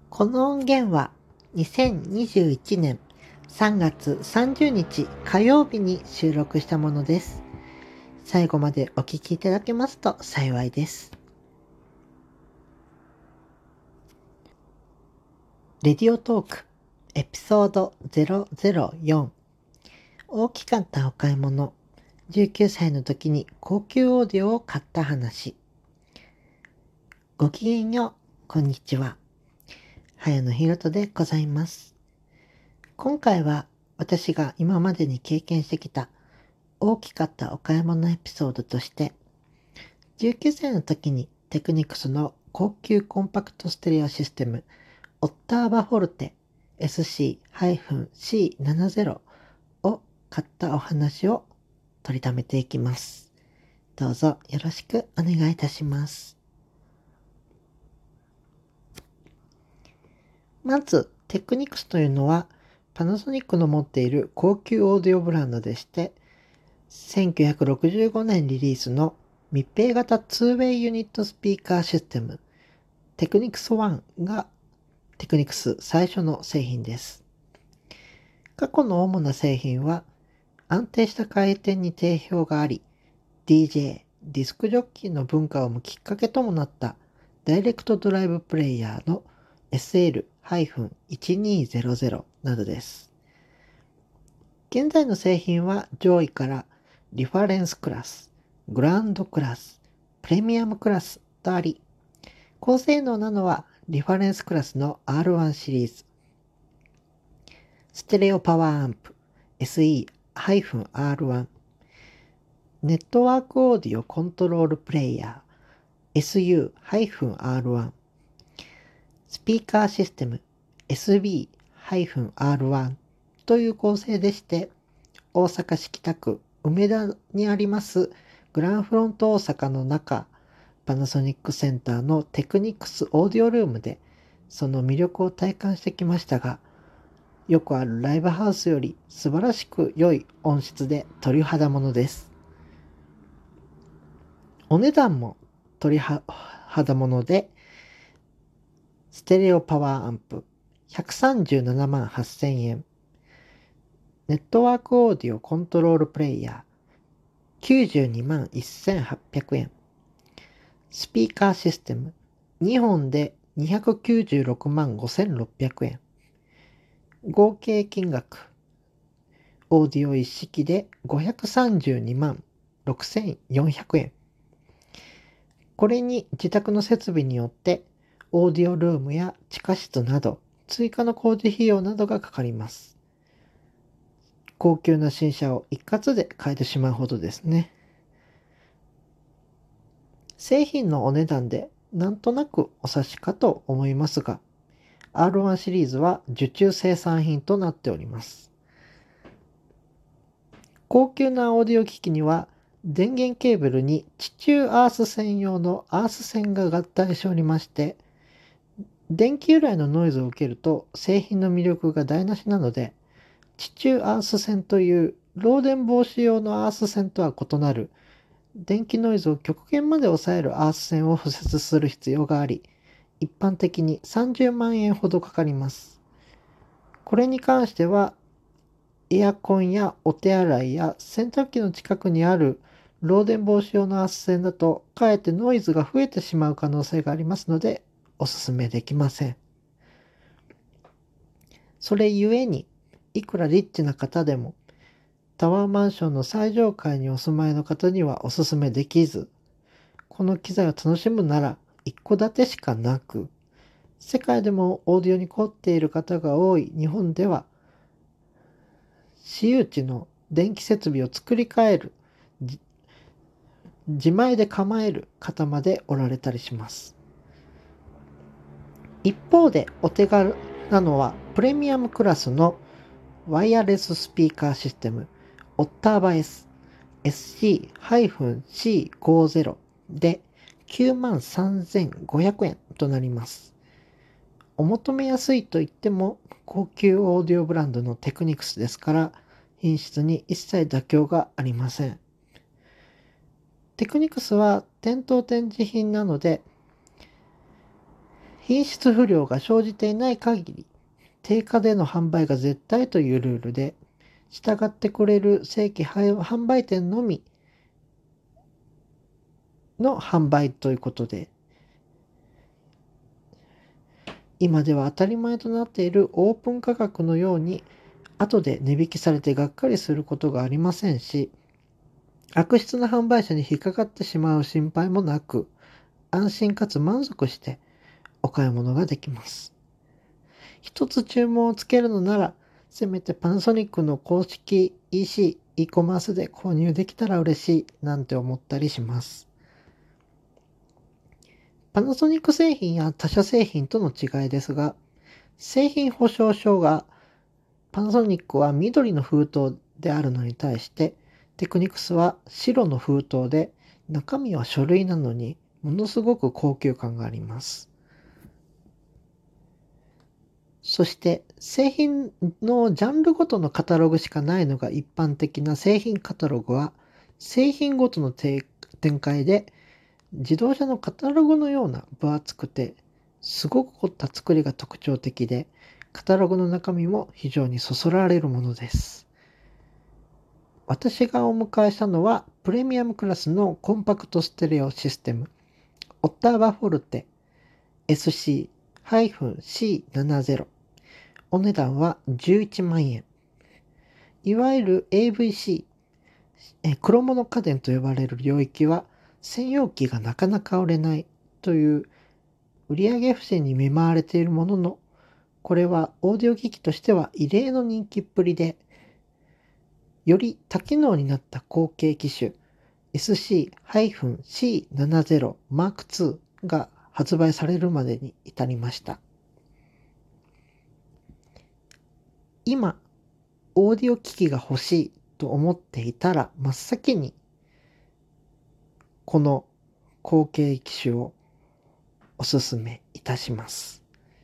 この音源は2021年3月30日火曜日に収録したものです。最後までお聞きいただけますと幸いです。レディオトークエピソード004、大きかったお買い物、19歳の時に高級オーディオを買った話。ごきげんよう、こんにちは。早野ひろとでございます。今回は私が今までに経験してきた大きかったお買い物エピソードとして、19歳の時にテクニクスの高級コンパクトステレオシステムオッターバフォルテ SC-C70 を買ったお話を取りためていきます。どうぞよろしくお願いいたします。まずテクニクスというのはパナソニックの持っている高級オーディオブランドでして、1965年リリースの密閉型 2-way ユニットスピーカーシステムテクニクス1がテクニクス最初の製品です。過去の主な製品は安定した回転に定評があり、DJ、ディスクジョッキーの文化を生むきっかけともなったダイレクトドライブプレイヤーの SL-1200 などです。現在の製品は上位からリファレンスクラス、グランドクラス、プレミアムクラスとあり、高性能なのはリファレンスクラスの R1 シリーズ、ステレオパワーアンプ SE-R1、ネットワークオーディオコントロールプレイヤー SU-R1、スピーカーシステム SB-R1 という構成でして、大阪市北区梅田にありますグランフロント大阪の中、パナソニックセンターのテクニクスオーディオルームでその魅力を体感してきましたが、よくあるライブハウスより素晴らしく良い音質で鳥肌ものです。お値段も鳥肌もので、ステレオパワーアンプ137万8000円、ネットワークオーディオコントロールプレイヤー92万1800円、スピーカーシステム2本で296万5600円、合計金額オーディオ一式で532万6400円。これに自宅の設備によってオーディオルームや地下室など追加の工事費用などがかかります。高級な新車を一括で買えてしまうほどですね。製品のお値段でなんとなくお察しかと思いますが、R1 シリーズは受注生産品となっております。高級なオーディオ機器には電源ケーブルに地中アース専用のアース線が合体しておりまして、電気由来のノイズを受けると製品の魅力が台無しなので、地中アース線という漏電防止用のアース線とは異なる電気ノイズを極限まで抑えるアース線を敷設する必要があり、一般的に30万円ほどかかります。これに関してはエアコンやお手洗いや洗濯機の近くにある漏電防止用のアース線だとかえってノイズが増えてしまう可能性がありますのでお勧めできません。それゆえにいくらリッチな方でもタワーマンションの最上階にお住まいの方にはお勧めできず、この機材を楽しむなら一戸建てしかなく、世界でもオーディオに凝っている方が多い日本では私有地の電気設備を作り変える、自前で構える方までおられたりします。一方でお手軽なのはプレミアムクラスのワイヤレススピーカーシステムオッターバ S SC-C50 で93,500円となります。お求めやすいと言っても高級オーディオブランドのテクニクスですから品質に一切妥協がありません。テクニクスは店頭展示品なので品質不良が生じていない限り、定価での販売が絶対というルールで、従ってくれる正規販売店のみの販売ということで、今では当たり前となっているオープン価格のように、後で値引きされてがっかりすることがありませんし、悪質な販売者に引っかかってしまう心配もなく、安心かつ満足してお買い物ができます。一つ注文をつけるのなら、せめてパナソニックの公式 EC、e コマースで購入できたら嬉しいなんて思ったりします。パナソニック製品や他社製品との違いですが、製品保証書がパナソニックは緑の封筒であるのに対して、テクニクスは白の封筒で、中身は書類なのにものすごく高級感があります。そして製品のジャンルごとのカタログしかないのが一般的な製品カタログは、製品ごとの展開で自動車のカタログのような分厚くてすごく凝った作りが特徴的で、カタログの中身も非常にそそられるものです。私がお迎えしたのはプレミアムクラスのコンパクトステレオシステムオッターバフォルテ SC-C70。お値段は11万円。いわゆる AVC、黒物家電と呼ばれる領域は、専用機がなかなか売れないという売上不振に見舞われているものの、これはオーディオ機器としては異例の人気っぷりで、より多機能になった後継機種 SC-C70 Mark II が発売されるまでに至りました。今、オーディオ機器が欲しいと思っていたら、真っ先にこの後継機種をおすすめいたします。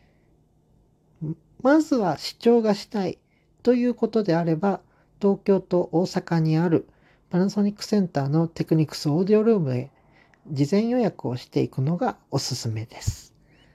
まずは視聴がしたいということであれば、東京と大阪にあるパナソニックセンターのテクニクスオーディオルームへ事前予約をしていくのがおすすめです。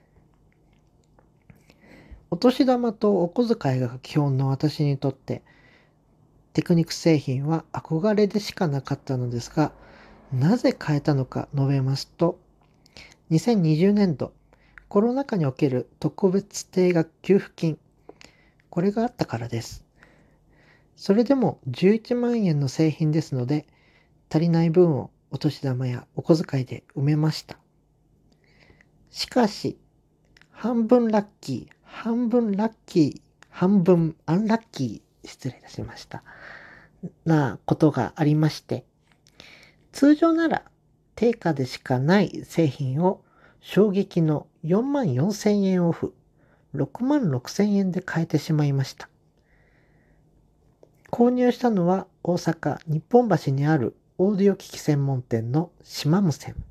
お年玉とお小遣いが基本の私にとって、テクニクス製品は憧れでしかなかったのですが、なぜ変えたのか述べますと、2020年度コロナ禍における特別定額給付金、これがあったからです。それでも11万円の製品ですので、足りない分をお年玉やお小遣いで埋めました。しかし、半分ラッキー、半分ラッキー、半分アンラッキー、失礼いたしました。なことがありまして、通常なら定価でしかない製品を衝撃の4万4千円オフ、6万6千円で買えてしまいました。購入したのは大阪日本橋にあるオーディオ機器専門店の島無線。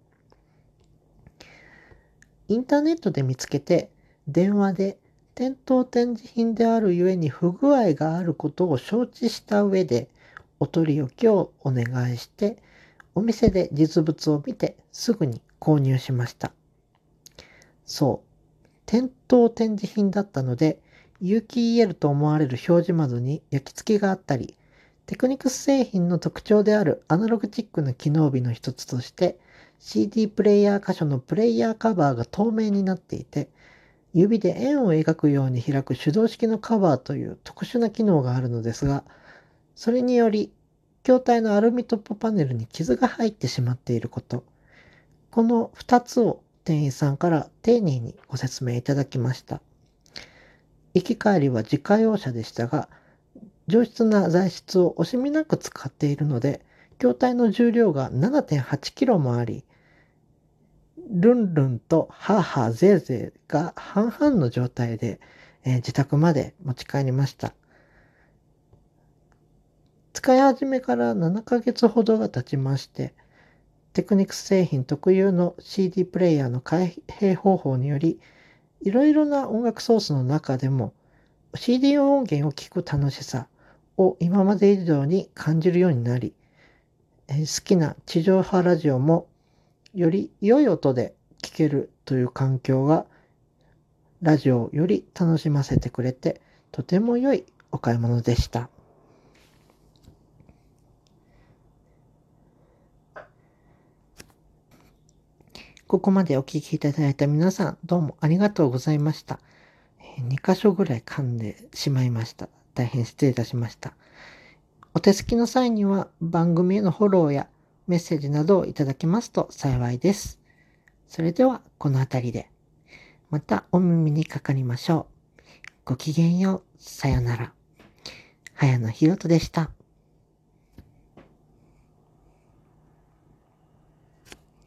インターネットで見つけて電話で店頭展示品であるゆえに不具合があることを承知した上でお取り置きをお願いしてお店で実物を見てすぐに購入しました。そう、店頭展示品だったので有機 EL と思われる表示窓に焼き付きがあったり、テクニクス製品の特徴であるアナログチックな機能美の一つとして、CD プレイヤー箇所のプレイヤーカバーが透明になっていて、指で円を描くように開く手動式のカバーという特殊な機能があるのですが、それにより、筐体のアルミトップパネルに傷が入ってしまっていること、この2つを店員さんから丁寧にご説明いただきました。行き帰りは自家用車でしたが、上質な材質を惜しみなく使っているので、筐体の重量が 7.8 キロもあり、ルンルンとハーハーゼーゼーが半々の状態で、自宅まで持ち帰りました。使い始めから7ヶ月ほどが経ちまして、テクニクス製品特有の CD プレイヤーの開閉方法により、いろいろな音楽ソースの中でも CD 音源を聴く楽しさを今まで以上に感じるようになり、好きな地上波ラジオもより良い音で聴けるという環境がラジオをより楽しませてくれて、とても良いお買い物でした。ここまでお聞きいただいた皆さん、どうもありがとうございました。2箇所ぐらい噛んでしまいました。大変失礼いたしました。お手すきの際には番組へのフォローやメッセージなどをいただけますと幸いです。それではこの辺りでまたお耳にかかりましょう。ごきげんよう。さよなら。早野ひろとでした。